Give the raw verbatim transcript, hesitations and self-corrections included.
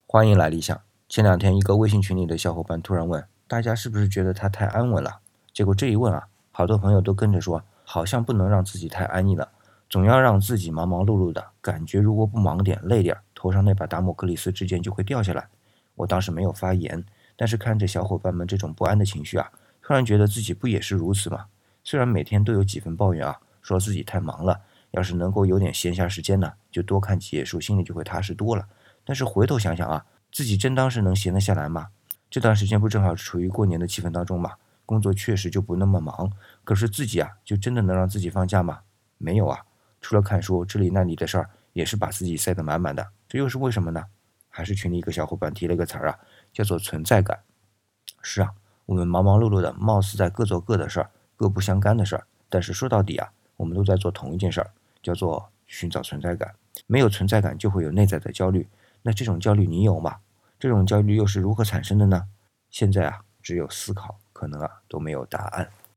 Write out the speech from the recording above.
欢迎来理想。前两天，一个微信群里的小伙伴突然问，大家是不是觉得他太安稳了？结果这一问啊，好多朋友都跟着说，好像不能让自己太安逸了，总要让自己忙忙碌碌的，感觉如果不忙点、累点，头上那把达摩克里斯之剑就会掉下来。我当时没有发言，但是看着小伙伴们这种不安的情绪啊，突然觉得自己不也是如此吗？虽然每天都有几分抱怨啊，说自己太忙了，要是能够有点闲暇时间呢，就多看几页书，心里就会踏实多了。但是回头想想啊，自己真当是能闲得下来吗？这段时间不正好处于过年的气氛当中吗？工作确实就不那么忙，可是自己啊，就真的能让自己放假吗？没有啊，除了看书，这里那里的事儿也是把自己塞得满满的。这又是为什么呢？还是群里一个小伙伴提了个词儿啊，叫做存在感。是啊，我们忙忙碌碌的，貌似在各做各的事儿，各不相干的事儿，但是说到底啊，我们都在做同一件事儿，叫做寻找存在感。没有存在感，就会有内在的焦虑。那这种焦虑你有吗？这种焦虑又是如何产生的呢？现在啊，只有思考，可能啊都没有答案。